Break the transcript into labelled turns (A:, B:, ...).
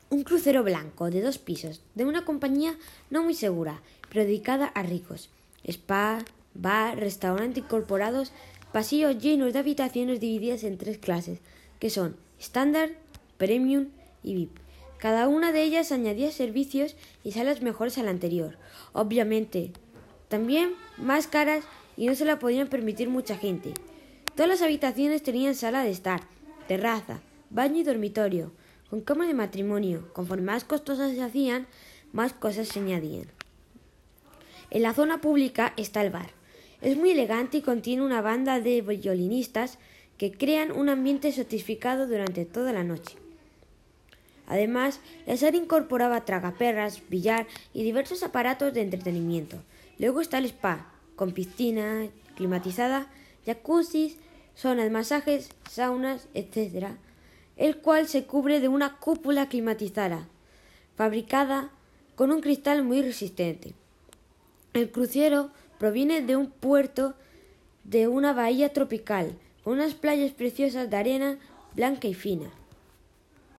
A: Un crucero blanco de 2 pisos de una compañía no muy segura, pero dedicada a ricos. Spa, bar, restaurante incorporados, pasillos llenos de habitaciones divididas en 3 clases, que son estándar, premium y VIP. Cada una de ellas añadía servicios y salas mejores a la anterior. Obviamente, también más caras y no se la podían permitir mucha gente. Todas las habitaciones tenían sala de estar, terraza, baño y dormitorio, con cama de matrimonio. Conforme más costosas se hacían, más cosas se añadían. En la zona pública está el bar. Es muy elegante y contiene una banda de violinistas que crean un ambiente satisficado durante toda la noche. Además, la sala incorporaba tragaperras, billar y diversos aparatos de entretenimiento. Luego está el spa, con piscina climatizada, jacuzzis, zonas de masajes, saunas, etc., el cual se cubre de una cúpula climatizada, fabricada con un cristal muy resistente. El crucero proviene de un puerto de una bahía tropical, con unas playas preciosas de arena blanca y fina.